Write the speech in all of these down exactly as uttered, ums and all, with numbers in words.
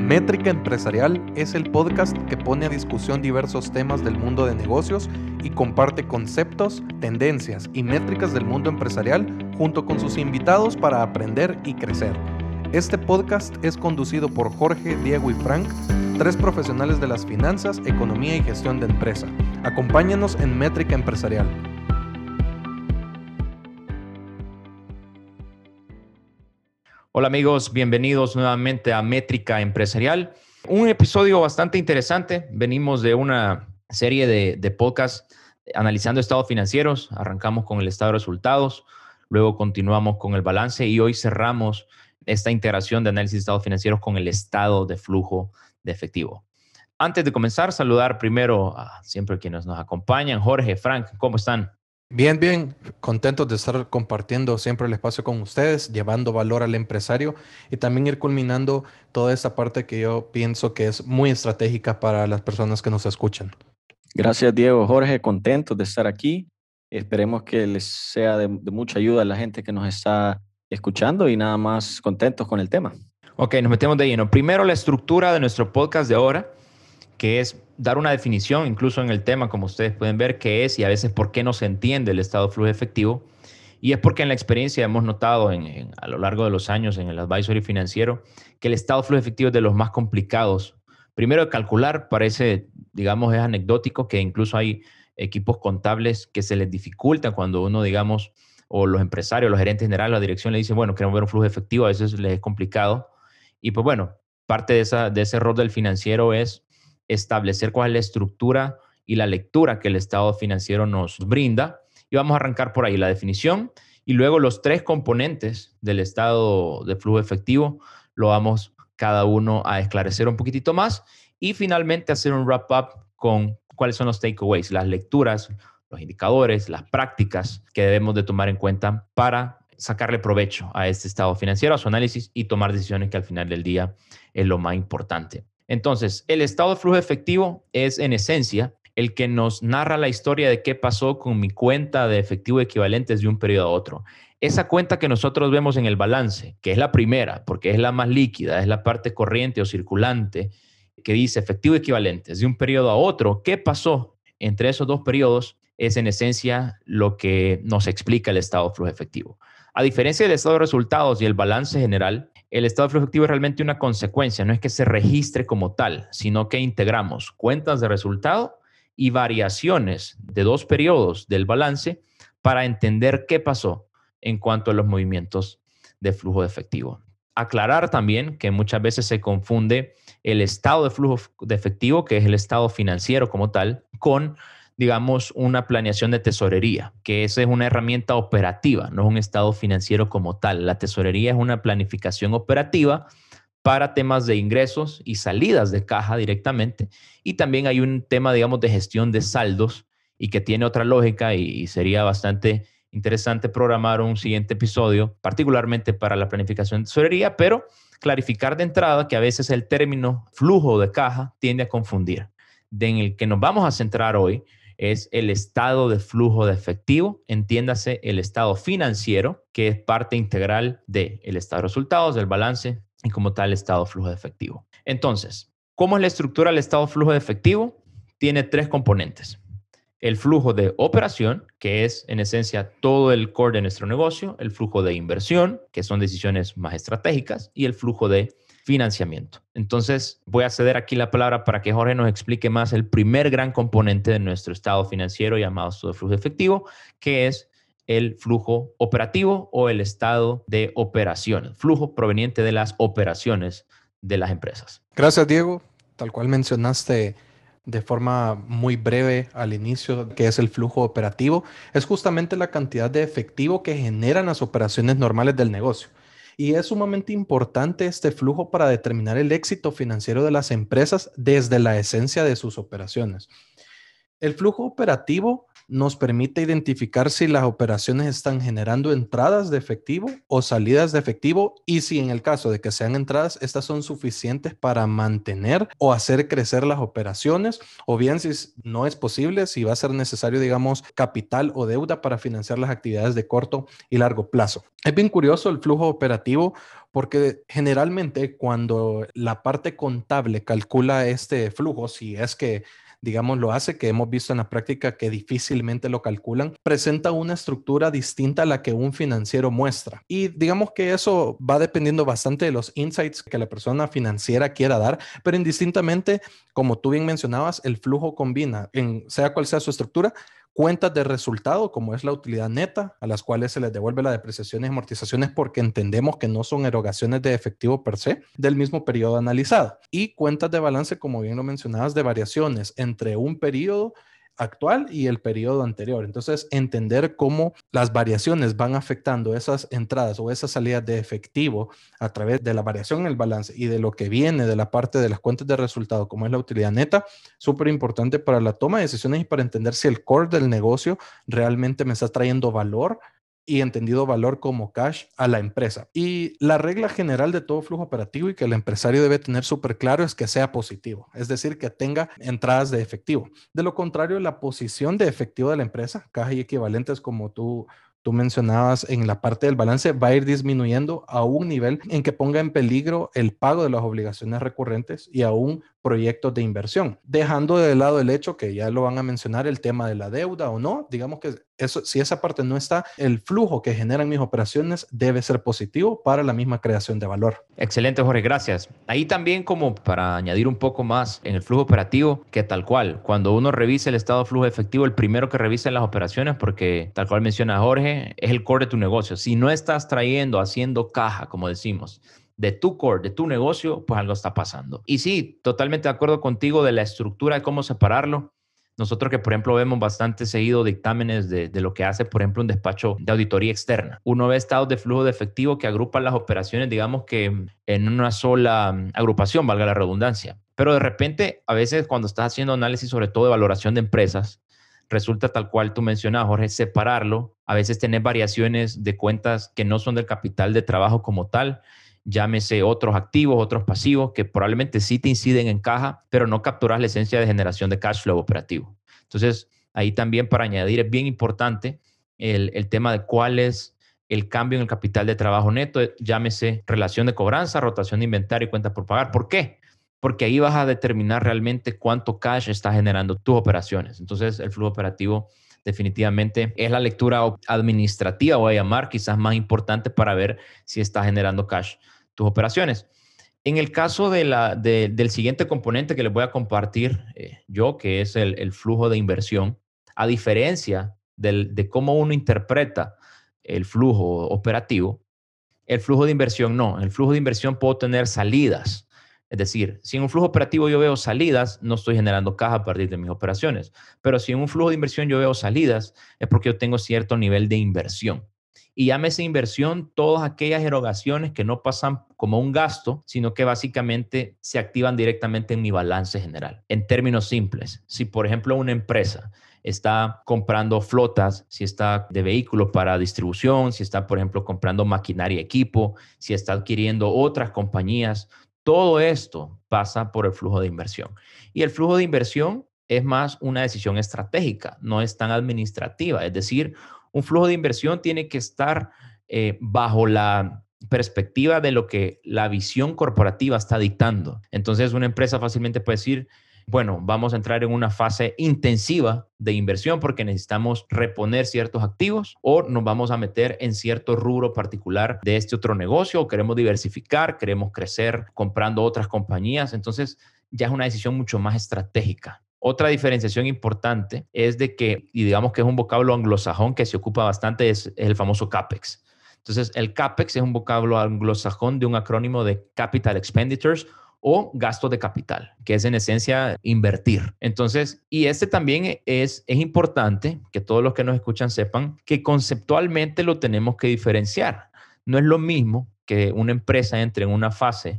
Métrica Empresarial es el podcast que pone a discusión diversos temas del mundo de negocios y comparte conceptos, tendencias y métricas del mundo empresarial junto con sus invitados para aprender y crecer. Este podcast es conducido por Jorge, Diego y Frank, tres profesionales de las finanzas, economía y gestión de empresa. Acompáñanos en Métrica Empresarial. Hola amigos, bienvenidos nuevamente a Métrica Empresarial. Un episodio bastante interesante. Venimos de una serie de, de podcasts analizando estados financieros. Arrancamos con el estado de resultados, luego continuamos con el balance y hoy cerramos esta integración de análisis de estados financieros con el estado de flujo de efectivo. Antes de comenzar, saludar primero a siempre quienes nos acompañan. Jorge, Frank, ¿cómo están? Bien, bien, contentos de estar compartiendo siempre el espacio con ustedes, llevando valor al empresario y también ir culminando toda esa parte que yo pienso que es muy estratégica para las personas que nos escuchan. Gracias, Diego. Jorge, contentos de estar aquí. Esperemos que les sea de, de mucha ayuda a la gente que nos está escuchando y nada más contentos con el tema. Ok, nos metemos de lleno. Primero, la estructura de nuestro podcast de ahora, que es dar una definición, incluso en el tema, como ustedes pueden ver, qué es y a veces por qué no se entiende el estado de flujo de efectivo. Y es porque en la experiencia hemos notado en, en, a lo largo de los años en el advisory financiero que el estado de flujo de efectivo es de los más complicados. Primero de calcular, parece, digamos, es anecdótico que incluso hay equipos contables que se les dificulta cuando uno, digamos, o los empresarios, los gerentes generales, la dirección le dicen, bueno, queremos ver un flujo de efectivo, a veces les es complicado. Y pues bueno, parte de, esa, de ese rol del financiero es establecer cuál es la estructura y la lectura que el estado financiero nos brinda. Y vamos a arrancar por ahí la definición y luego los tres componentes del estado de flujo efectivo lo vamos cada uno a esclarecer un poquitito más y finalmente hacer un wrap up con cuáles son los takeaways, las lecturas, los indicadores, las prácticas que debemos de tomar en cuenta para sacarle provecho a este estado financiero, a su análisis y tomar decisiones que al final del día es lo más importante. Entonces, el estado de flujo efectivo es en esencia el que nos narra la historia de qué pasó con mi cuenta de efectivo equivalentes de un periodo a otro. Esa cuenta que nosotros vemos en el balance, que es la primera, porque es la más líquida, es la parte corriente o circulante, que dice efectivo equivalentes de un periodo a otro, ¿qué pasó entre esos dos periodos? Es en esencia lo que nos explica el estado de flujo efectivo. A diferencia del estado de resultados y el balance general, el estado de flujo efectivo es realmente una consecuencia, no es que se registre como tal, sino que integramos cuentas de resultado y variaciones de dos periodos del balance para entender qué pasó en cuanto a los movimientos de flujo de efectivo. Aclarar también que muchas veces se confunde el estado de flujo de efectivo, que es el estado financiero como tal, con digamos, una planeación de tesorería, que esa es una herramienta operativa, no es un estado financiero como tal. La tesorería es una planificación operativa para temas de ingresos y salidas de caja directamente. Y también hay un tema, digamos, de gestión de saldos y que tiene otra lógica y, y sería bastante interesante programar un siguiente episodio, particularmente para la planificación de tesorería, pero clarificar de entrada que a veces el término flujo de caja tiende a confundir. De en el que nos vamos a centrar hoy es el estado de flujo de efectivo, entiéndase el estado financiero, que es parte integral del estado de resultados, del balance y como tal el estado de flujo de efectivo. Entonces, ¿cómo es la estructura del estado de flujo de efectivo? Tiene tres componentes. El flujo de operación, que es en esencia todo el core de nuestro negocio, el flujo de inversión, que son decisiones más estratégicas, y el flujo de financiamiento. Entonces, voy a ceder aquí la palabra para que Jorge nos explique más el primer gran componente de nuestro estado financiero llamado estado de flujo de efectivo, que es el flujo operativo o el estado de operaciones, flujo proveniente de las operaciones de las empresas. Gracias, Diego. Tal cual mencionaste de forma muy breve al inicio, que es el flujo operativo, es justamente la cantidad de efectivo que generan las operaciones normales del negocio. Y es sumamente importante este flujo para determinar el éxito financiero de las empresas desde la esencia de sus operaciones. El flujo operativo nos permite identificar si las operaciones están generando entradas de efectivo o salidas de efectivo y si en el caso de que sean entradas, estas son suficientes para mantener o hacer crecer las operaciones, o bien si no es posible, si va a ser necesario, digamos, capital o deuda para financiar las actividades de corto y largo plazo. Es bien curioso el flujo operativo porque generalmente cuando la parte contable calcula este flujo, si es que digamos, lo hace, que hemos visto en la práctica que difícilmente lo calculan, presenta una estructura distinta a la que un financiero muestra. Y digamos que eso va dependiendo bastante de los insights que la persona financiera quiera dar, pero indistintamente, como tú bien mencionabas, el flujo combina, en, sea cual sea su estructura, cuentas de resultado, como es la utilidad neta, a las cuales se les devuelve la depreciación y amortizaciones porque entendemos que no son erogaciones de efectivo per se del mismo periodo analizado. Y cuentas de balance, como bien lo mencionabas, de variaciones entre un periodo actual y el periodo anterior. Entonces, entender cómo las variaciones van afectando esas entradas o esas salidas de efectivo a través de la variación en el balance y de lo que viene de la parte de las cuentas de resultado, como es la utilidad neta, súper importante para la toma de decisiones y para entender si el core del negocio realmente me está trayendo valor y entendido valor como cash a la empresa. Y la regla general de todo flujo operativo y que el empresario debe tener súper claro es que sea positivo, es decir, que tenga entradas de efectivo. De lo contrario, la posición de efectivo de la empresa, caja y equivalentes como tú tú mencionabas en la parte del balance, va a ir disminuyendo a un nivel en que ponga en peligro el pago de las obligaciones recurrentes y aún proyectos de inversión, dejando de lado el hecho que ya lo van a mencionar, el tema de la deuda o no. Digamos que eso, si esa parte no está, el flujo que generan mis operaciones debe ser positivo para la misma creación de valor. Excelente, Jorge, gracias. Ahí también, como para añadir un poco más en el flujo operativo, que tal cual, cuando uno revisa el estado de flujo efectivo, el primero que revisa en las operaciones, porque tal cual menciona Jorge, es el core de tu negocio. Si no estás trayendo, haciendo caja, como decimos, de tu core, de tu negocio, pues algo está pasando. Y sí, totalmente de acuerdo contigo de la estructura de cómo separarlo. Nosotros que, por ejemplo, vemos bastante seguido dictámenes de, de lo que hace, por ejemplo, un despacho de auditoría externa. Uno ve estados de flujo de efectivo que agrupan las operaciones, digamos que en una sola agrupación, valga la redundancia. Pero de repente, a veces cuando estás haciendo análisis, sobre todo de valoración de empresas, resulta tal cual tú mencionas, Jorge, separarlo. A veces tener variaciones de cuentas que no son del capital de trabajo como tal, llámese otros activos, otros pasivos, que probablemente sí te inciden en caja, pero no capturas la esencia de generación de cash flow operativo. Entonces, ahí también para añadir es bien importante el, el tema de cuál es el cambio en el capital de trabajo neto, llámese relación de cobranza, rotación de inventario y cuenta por pagar. ¿Por qué? Porque ahí vas a determinar realmente cuánto cash está generando tus operaciones. Entonces, el flujo operativo definitivamente es la lectura administrativa, voy a llamar, quizás más importante para ver si está generando cash tus operaciones. En el caso de la, de, del siguiente componente que les voy a compartir eh, yo, que es el, el flujo de inversión, a diferencia del, de cómo uno interpreta el flujo operativo, el flujo de inversión no. El flujo de inversión puedo tener salidas. Es decir, si en un flujo operativo yo veo salidas, no estoy generando caja a partir de mis operaciones. Pero si en un flujo de inversión yo veo salidas, es porque yo tengo cierto nivel de inversión. Y llámese inversión todas aquellas erogaciones que no pasan como un gasto, sino que básicamente se activan directamente en mi balance general. En términos simples, si por ejemplo una empresa está comprando flotas, si está de vehículos para distribución, si está por ejemplo comprando maquinaria y equipo, si está adquiriendo otras compañías, todo esto pasa por el flujo de inversión. Y el flujo de inversión es más una decisión estratégica, no es tan administrativa. Es decir, un flujo de inversión tiene que estar eh, bajo la perspectiva de lo que la visión corporativa está dictando. Entonces, una empresa fácilmente puede decir, bueno, vamos a entrar en una fase intensiva de inversión porque necesitamos reponer ciertos activos o nos vamos a meter en cierto rubro particular de este otro negocio o queremos diversificar, queremos crecer comprando otras compañías. Entonces, ya es una decisión mucho más estratégica. Otra diferenciación importante es de que, y digamos que es un vocablo anglosajón que se ocupa bastante, es, es el famoso CAPEX. Entonces, el CAPEX es un vocablo anglosajón de un acrónimo de Capital Expenditures o gasto de capital, que es en esencia invertir. Entonces, y este también es, es importante que todos los que nos escuchan sepan que conceptualmente lo tenemos que diferenciar. No es lo mismo que una empresa entre en una fase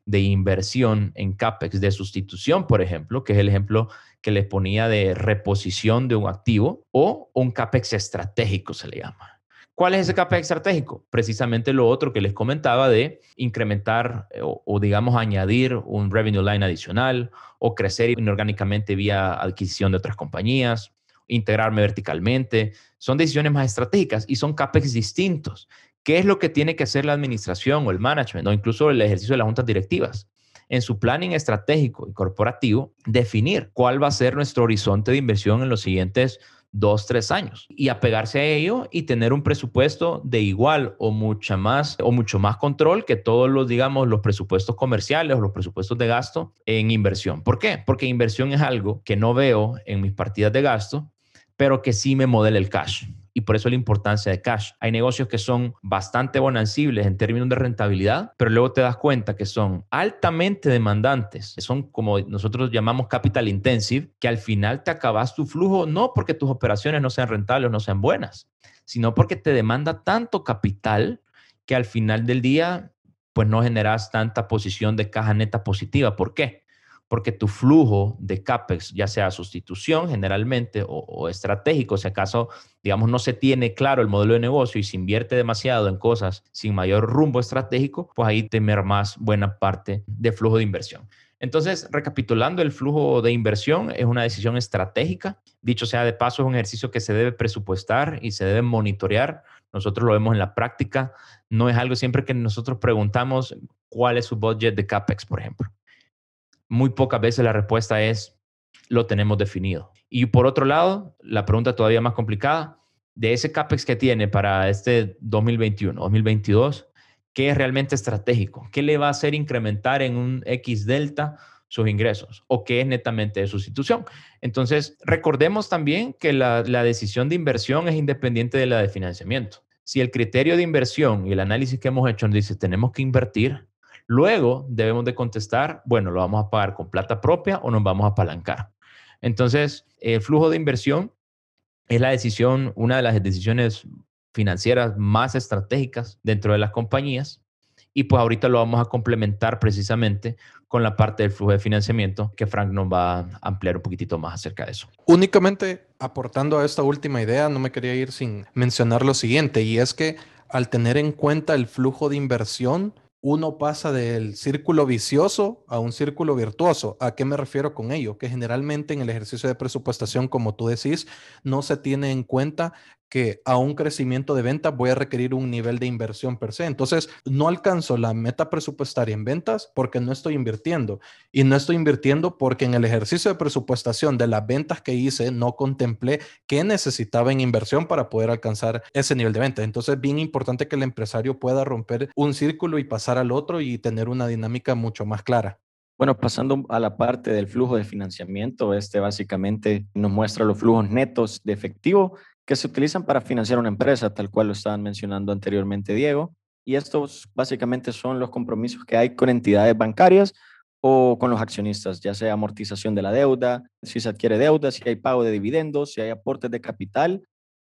de inversión en CAPEX de sustitución, por ejemplo, que es el ejemplo que les ponía de reposición de un activo, o un CAPEX estratégico se le llama. ¿Cuál es ese CAPEX estratégico? Precisamente lo otro que les comentaba de incrementar o, o, digamos, añadir un revenue line adicional o crecer inorgánicamente vía adquisición de otras compañías, integrarme verticalmente. Son decisiones más estratégicas y son CAPEX distintos. ¿Qué es lo que tiene que hacer la administración o el management o incluso el ejercicio de las juntas directivas? En su planning estratégico y corporativo, definir cuál va a ser nuestro horizonte de inversión en los siguientes dos, tres años y apegarse a ello y tener un presupuesto de igual o mucha más o mucho más control que todos los, digamos, los presupuestos comerciales o los presupuestos de gasto en inversión. ¿Por qué? Porque inversión es algo que no veo en mis partidas de gasto, pero que sí me modela el cash. Y por eso la importancia de cash. Hay negocios que son bastante bonancibles en términos de rentabilidad, pero luego te das cuenta que son altamente demandantes. Son como nosotros llamamos capital intensive, que al final te acabas tu flujo no porque tus operaciones no sean rentables o no sean buenas, sino porque te demanda tanto capital que al final del día pues no generas tanta posición de caja neta positiva. ¿Por qué? Porque tu flujo de CAPEX, ya sea sustitución generalmente o, o estratégico, si acaso, digamos, no se tiene claro el modelo de negocio y se invierte demasiado en cosas sin mayor rumbo estratégico, pues ahí te mermas buena parte de flujo de inversión. Entonces, recapitulando, el flujo de inversión es una decisión estratégica. Dicho sea de paso, es un ejercicio que se debe presupuestar y se debe monitorear. Nosotros lo vemos en la práctica. No es algo siempre que nosotros preguntamos cuál es su budget de CAPEX, por ejemplo. Muy pocas veces la respuesta es, lo tenemos definido. Y por otro lado, la pregunta todavía más complicada, de ese CAPEX que tiene para este dos mil veintiuno, dos mil veintidós, ¿qué es realmente estratégico? ¿Qué le va a hacer incrementar en un X delta sus ingresos? ¿O qué es netamente de sustitución? Entonces, recordemos también que la, la decisión de inversión es independiente de la de financiamiento. Si el criterio de inversión y el análisis que hemos hecho nos dice, tenemos que invertir, luego debemos de contestar, bueno, ¿lo vamos a pagar con plata propia o nos vamos a apalancar? Entonces, el flujo de inversión es la decisión, una de las decisiones financieras más estratégicas dentro de las compañías. Y pues ahorita lo vamos a complementar precisamente con la parte del flujo de financiamiento que Frank nos va a ampliar un poquitito más acerca de eso. Únicamente aportando a esta última idea, no me quería ir sin mencionar lo siguiente, y es que al tener en cuenta el flujo de inversión, uno pasa del círculo vicioso a un círculo virtuoso. ¿A qué me refiero con ello? Que generalmente en el ejercicio de presupuestación, como tú decís, no se tiene en cuenta que a un crecimiento de ventas voy a requerir un nivel de inversión per se. Entonces, no alcanzo la meta presupuestaria en ventas porque no estoy invirtiendo. Y no estoy invirtiendo porque en el ejercicio de presupuestación de las ventas que hice no contemplé qué necesitaba en inversión para poder alcanzar ese nivel de venta. Entonces, bien importante que el empresario pueda romper un círculo y pasar al otro y tener una dinámica mucho más clara. Bueno, pasando a la parte del flujo de financiamiento, este básicamente nos muestra los flujos netos de efectivo que se utilizan para financiar una empresa, tal cual lo estaban mencionando anteriormente Diego. Y estos básicamente son los compromisos que hay con entidades bancarias o con los accionistas, ya sea amortización de la deuda, si se adquiere deuda, si hay pago de dividendos, si hay aportes de capital,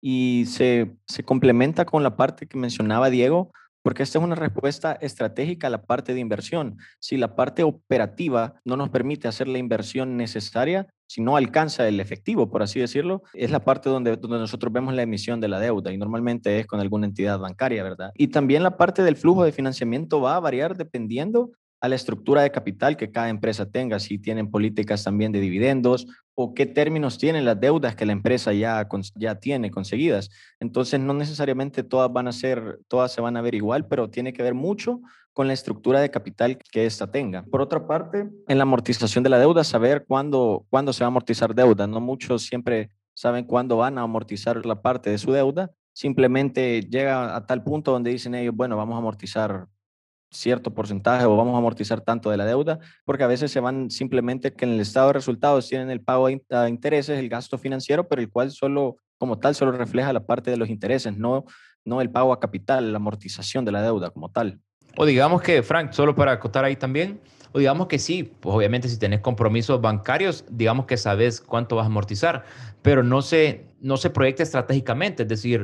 y se, se complementa con la parte que mencionaba Diego, porque esta es una respuesta estratégica a la parte de inversión. Si la parte operativa no nos permite hacer la inversión necesaria, si no alcanza el efectivo, por así decirlo, es la parte donde, donde nosotros vemos la emisión de la deuda y normalmente es con alguna entidad bancaria, ¿verdad? Y también la parte del flujo de financiamiento va a variar dependiendo a la estructura de capital que cada empresa tenga, si tienen políticas también de dividendos o qué términos tienen las deudas que la empresa ya, ya tiene conseguidas. Entonces, no necesariamente todas van a ser, todas se van a ver igual, pero tiene que ver mucho con la estructura de capital que ésta tenga. Por otra parte, en la amortización de la deuda, saber cuándo, cuándo se va a amortizar deuda. No muchos siempre saben cuándo van a amortizar la parte de su deuda. Simplemente llega a tal punto donde dicen ellos, bueno, vamos a amortizar cierto porcentaje o vamos a amortizar tanto de la deuda, porque a veces se van simplemente que en el estado de resultados tienen el pago a intereses, el gasto financiero, pero el cual solo, como tal, solo refleja la parte de los intereses, no, no el pago a capital, la amortización de la deuda como tal. O digamos que, Frank, solo para acotar ahí también, o digamos que sí, pues obviamente si tenés compromisos bancarios, digamos que sabes cuánto vas a amortizar, pero no se, no se proyecta estratégicamente, es decir,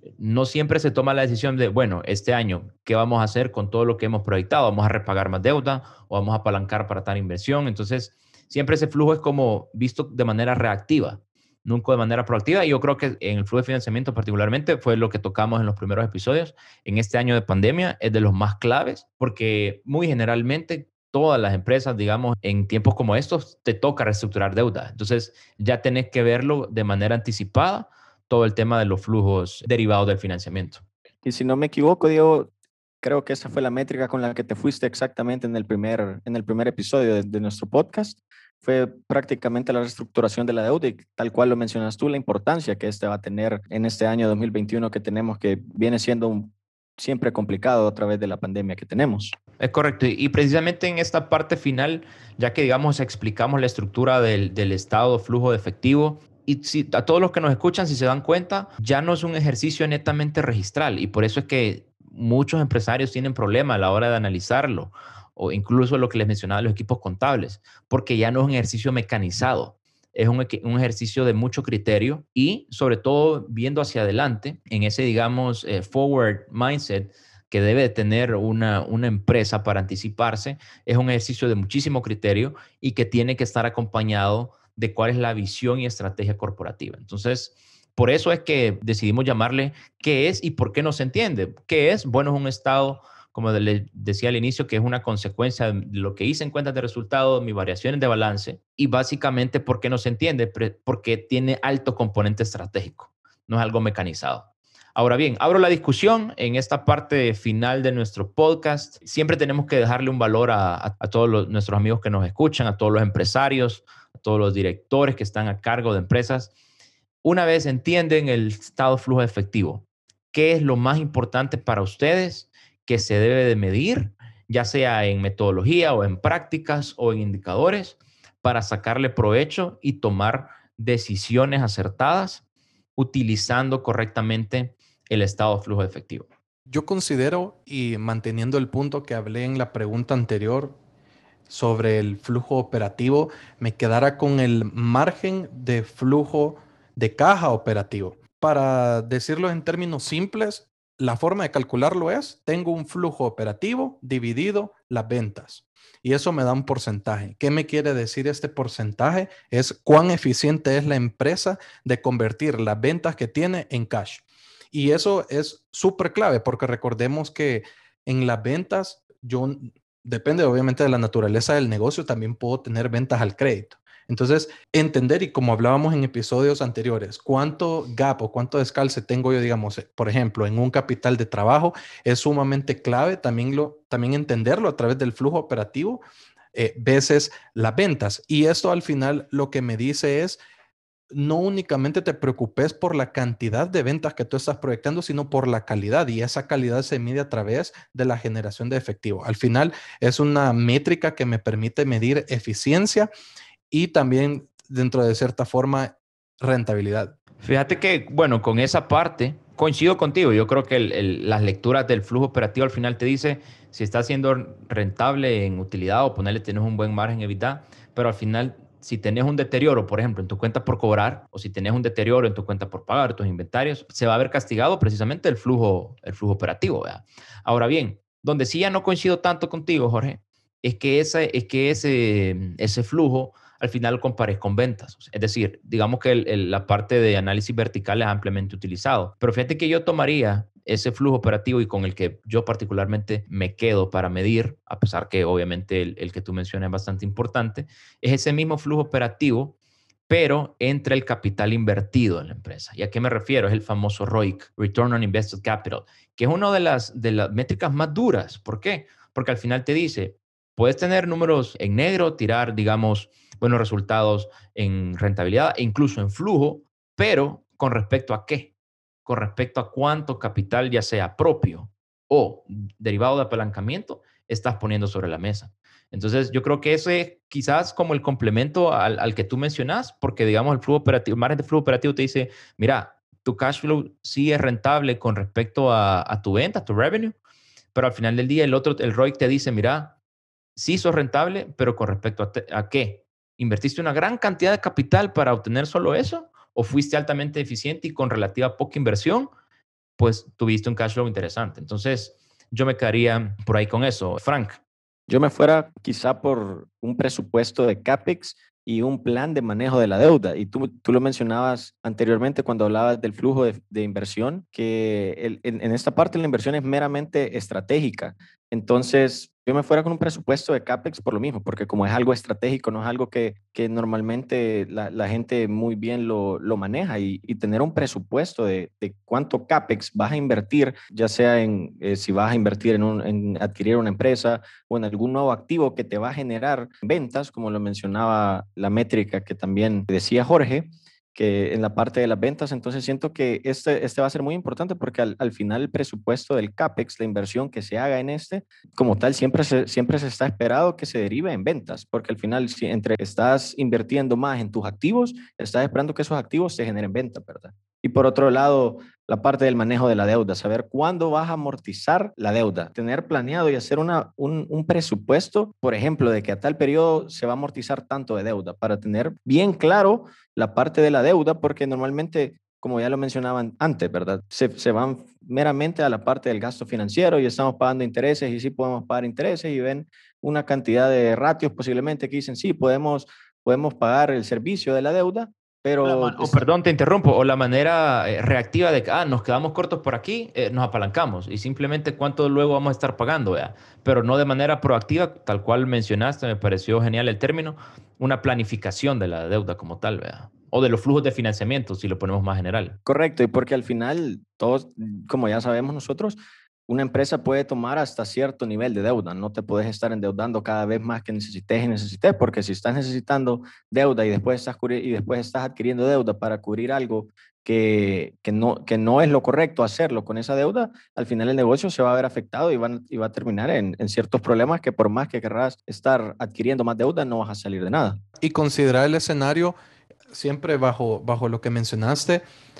no siempre se toma la decisión de, bueno, este año, ¿qué vamos a hacer con todo lo que hemos proyectado? ¿Vamos a repagar más deuda o vamos a apalancar para tal inversión? Entonces, siempre ese flujo es como visto de manera reactiva, nunca de manera proactiva. Y yo creo que en el flujo de financiamiento particularmente fue lo que tocamos en los primeros episodios. En este año de pandemia es de los más claves porque muy generalmente todas las empresas, digamos, en tiempos como estos, te toca reestructurar deuda. Entonces, ya tenés que verlo de manera anticipada, todo el tema de los flujos derivados del financiamiento. Y si no me equivoco, Diego, creo que esa fue la métrica con la que te fuiste exactamente en el primer, en el primer episodio de, de nuestro podcast. Fue prácticamente la reestructuración de la deuda y tal cual lo mencionas tú, la importancia que este va a tener en este año dos mil veintiuno que tenemos, que viene siendo un, siempre complicado a través de la pandemia que tenemos. Es correcto. Y precisamente en esta parte final, ya que digamos explicamos la estructura del, del estado flujo de efectivo, y si, a todos los que nos escuchan, si se dan cuenta, ya no es un ejercicio netamente registral y por eso es que muchos empresarios tienen problemas a la hora de analizarlo o incluso lo que les mencionaba, los equipos contables, porque ya no es un ejercicio mecanizado, es un, un ejercicio de mucho criterio y sobre todo viendo hacia adelante en ese, digamos, eh, forward mindset que debe tener una, una empresa para anticiparse, es un ejercicio de muchísimo criterio y que tiene que estar acompañado de cuál es la visión y estrategia corporativa. Entonces, por eso es que decidimos llamarle qué es y por qué no se entiende. ¿Qué es? Bueno, es un estado, como les decía al inicio, que es una consecuencia de lo que hice en cuentas de resultados, mis variaciones de balance y básicamente por qué no se entiende, porque tiene alto componente estratégico, no es algo mecanizado. Ahora bien, abro la discusión en esta parte final de nuestro podcast. Siempre tenemos que dejarle un valor a, a, a todos los, nuestros amigos que nos escuchan, a todos los empresarios, a todos los directores que están a cargo de empresas. Una vez entienden el estado flujo de efectivo, ¿qué es lo más importante para ustedes que se debe de medir, ya sea en metodología o en prácticas o en indicadores, para sacarle provecho y tomar decisiones acertadas utilizando correctamente el estado de flujo de efectivo? Yo considero, y manteniendo el punto que hablé en la pregunta anterior sobre el flujo operativo, me quedara con el margen de flujo de caja operativo. Para decirlo en términos simples, la forma de calcularlo es, tengo un flujo operativo dividido las ventas. Y eso me da un porcentaje. ¿Qué me quiere decir este porcentaje? Es cuán eficiente es la empresa de convertir las ventas que tiene en cash. Y eso es súper clave porque recordemos que en las ventas, yo, depende obviamente de la naturaleza del negocio, también puedo tener ventas al crédito. Entonces, entender y como hablábamos en episodios anteriores, cuánto gap o cuánto descalce tengo yo, digamos, por ejemplo, en un capital de trabajo es sumamente clave. También, lo, también entenderlo a través del flujo operativo, eh, veces las ventas. Y esto al final lo que me dice es, no únicamente te preocupes por la cantidad de ventas que tú estás proyectando, sino por la calidad, y esa calidad se mide a través de la generación de efectivo. Al final es una métrica que me permite medir eficiencia y también, dentro de cierta forma, rentabilidad. Fíjate que, bueno, con esa parte coincido contigo. Yo creo que el, el, las lecturas del flujo operativo al final te dice si está siendo rentable en utilidad o ponerle tienes un buen margen EBITDA, pero al final si tenés un deterioro, por ejemplo, en tu cuenta por cobrar o si tenés un deterioro en tu cuenta por pagar, tus inventarios, se va a ver castigado precisamente el flujo, el flujo operativo, ¿verdad? Ahora bien, donde sí ya no coincido tanto contigo, Jorge, es que, ese, es que ese, ese flujo al final lo compares con ventas. Es decir, digamos que el, el, la parte de análisis vertical es ampliamente utilizado. Pero fíjate que yo tomaría ese flujo operativo y con el que yo particularmente me quedo para medir, a pesar que obviamente el, el que tú mencionas es bastante importante, es ese mismo flujo operativo, pero entre el capital invertido en la empresa. ¿Y a qué me refiero? Es el famoso R O I C, Return on Invested Capital, que es una de las, de las métricas más duras. ¿Por qué? Porque al final te dice, puedes tener números en negro, tirar, digamos, buenos resultados en rentabilidad e incluso en flujo, pero ¿con respecto a qué? Con respecto a cuánto capital, ya sea propio o derivado de apalancamiento, estás poniendo sobre la mesa. Entonces, yo creo que ese es quizás como el complemento al, al que tú mencionas, porque digamos el flujo operativo, el margen de flujo operativo te dice, mira, tu cash flow sí es rentable con respecto a, a tu venta, a tu revenue, pero al final del día el otro, el R O I C te dice, mira, sí sos rentable, pero con respecto a, te, a qué. ¿Invertiste una gran cantidad de capital para obtener solo eso? ¿O fuiste altamente eficiente y con relativa poca inversión pues tuviste un cash flow interesante. Entonces, yo me quedaría por ahí con eso. Frank. Yo me fuera quizá por un presupuesto de CAPEX y un plan de manejo de la deuda. Y tú, tú lo mencionabas anteriormente cuando hablabas del flujo de, de inversión, que el, en, en esta parte la inversión es meramente estratégica. Entonces, yo me fuera con un presupuesto de CAPEX por lo mismo, porque como es algo estratégico, no es algo que, que normalmente la, la gente muy bien lo, lo maneja y, y tener un presupuesto de, de cuánto CAPEX vas a invertir, ya sea en eh, si vas a invertir en, un, en adquirir una empresa o en algún nuevo activo que te va a generar ventas, como lo mencionaba la métrica que también decía Jorge, que en la parte de las ventas. Entonces siento que este, este va a ser muy importante porque al, al final el presupuesto del CAPEX, la inversión que se haga en este, como tal, siempre se, siempre se está esperado que se derive en ventas, porque al final, si entre estás invirtiendo más en tus activos, estás esperando que esos activos se generen ventas, ¿verdad? Y por otro lado, la parte del manejo de la deuda, saber cuándo vas a amortizar la deuda, tener planeado y hacer una, un, un presupuesto, por ejemplo, de que a tal periodo se va a amortizar tanto de deuda, para tener bien claro la parte de la deuda, porque normalmente, como ya lo mencionaban antes, ¿verdad? Se, se van meramente a la parte del gasto financiero y estamos pagando intereses y sí podemos pagar intereses y ven una cantidad de ratios posiblemente que dicen sí, podemos, podemos pagar el servicio de la deuda, La pero man- o perdón, te interrumpo, o la manera eh, reactiva de que, ah, nos quedamos cortos por aquí, eh, nos apalancamos y simplemente cuánto luego vamos a estar pagando, vea. Pero no de manera proactiva, tal cual mencionaste, me pareció genial el término, una planificación de la deuda como tal, vea. O de los flujos de financiamiento, si lo ponemos más general. correcto, y porque al final todos, como ya sabemos nosotros, una empresa puede tomar hasta cierto nivel de deuda. No te puedes estar endeudando cada vez más que necesites y necesites, porque si estás necesitando deuda y después estás, y después estás adquiriendo deuda para cubrir algo que, que, no, que no es lo correcto hacerlo con esa deuda, al final el negocio se va a ver afectado y, van, y va a terminar en, en ciertos problemas que por más que querrás estar adquiriendo más deuda, no vas a salir de nada. Y considerar el escenario siempre bajo, bajo lo que mencionaste.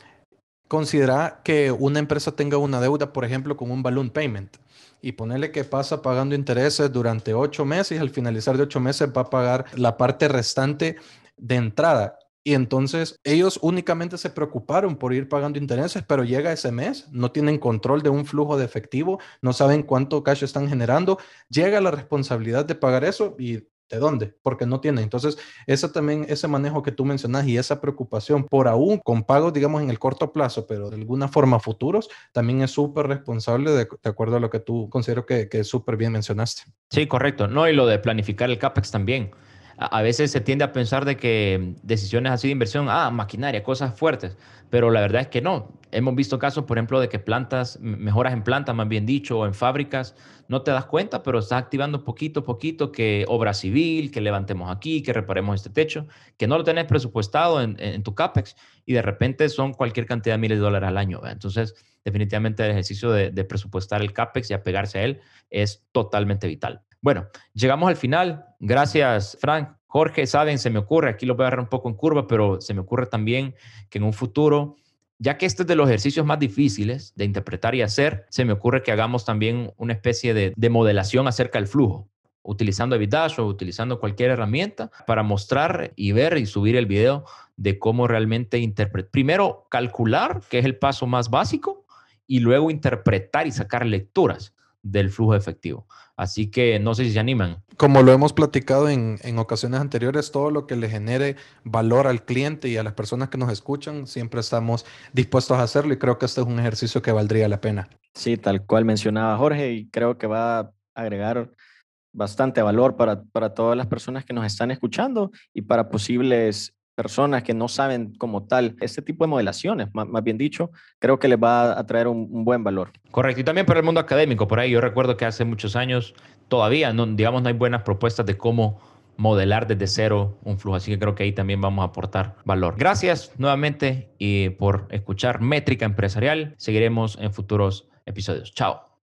Considera que una empresa tenga una deuda, por ejemplo, con un balloon payment y ponerle que pasa pagando intereses durante ocho meses y al finalizar de ocho meses va a pagar la parte restante de entrada. Y entonces ellos únicamente se preocuparon por ir pagando intereses, pero llega ese mes, no tienen control de un flujo de efectivo, no saben cuánto cash están generando, llega la responsabilidad de pagar eso y ¿de dónde? Porque no tienen. Entonces, ese también, ese manejo que tú mencionas y esa preocupación por aún con pagos, digamos, en el corto plazo, pero de alguna forma futuros, también es súper responsable de, de acuerdo a lo que tú considero que, que súper bien mencionaste. Sí, correcto. No, y lo de planificar el CAPEX también. A, a veces se tiende a pensar de que decisiones así de inversión, ah, maquinaria, cosas fuertes, pero la verdad es que no. Hemos visto casos, por ejemplo, de que plantas, m- mejoras en plantas, más bien dicho, o en fábricas, no te das cuenta, pero estás activando poquito a poquito que obra civil, que levantemos aquí, que reparemos este techo, que no lo tenés presupuestado en, en tu CAPEX y de repente son cualquier cantidad de miles de dólares al año, ¿verdad? Entonces, definitivamente el ejercicio de, de presupuestar el CAPEX y apegarse a él es totalmente vital. Bueno, llegamos al final. Gracias, Frank. Jorge, saben, se me ocurre, aquí lo voy a agarrar un poco en curva, pero se me ocurre también que en un futuro, ya que este es de los ejercicios más difíciles de interpretar y hacer, se me ocurre que hagamos también una especie de, de modelación acerca del flujo, utilizando Evidash o utilizando cualquier herramienta para mostrar y ver y subir el video de cómo realmente interpretar. Primero, calcular, que es el paso más básico, y luego interpretar y sacar lecturas del flujo efectivo. Así que no sé si se animan. Como lo hemos platicado en, en ocasiones anteriores, todo lo que le genere valor al cliente y a las personas que nos escuchan, siempre estamos dispuestos a hacerlo y creo que este es un ejercicio que valdría la pena. Sí, tal cual mencionaba Jorge, y creo que va a agregar bastante valor para, para todas las personas que nos están escuchando y para posibles personas que no saben como tal este tipo de modelaciones, más, más bien dicho, creo que les va a traer un, un buen valor. Correcto. Y también para el mundo académico. Por ahí yo recuerdo que hace muchos años todavía, no, digamos, no hay buenas propuestas de cómo modelar desde cero un flujo. Así que creo que ahí también vamos a aportar valor. Gracias nuevamente y por escuchar Métrica Empresarial. Seguiremos en futuros episodios. Chao.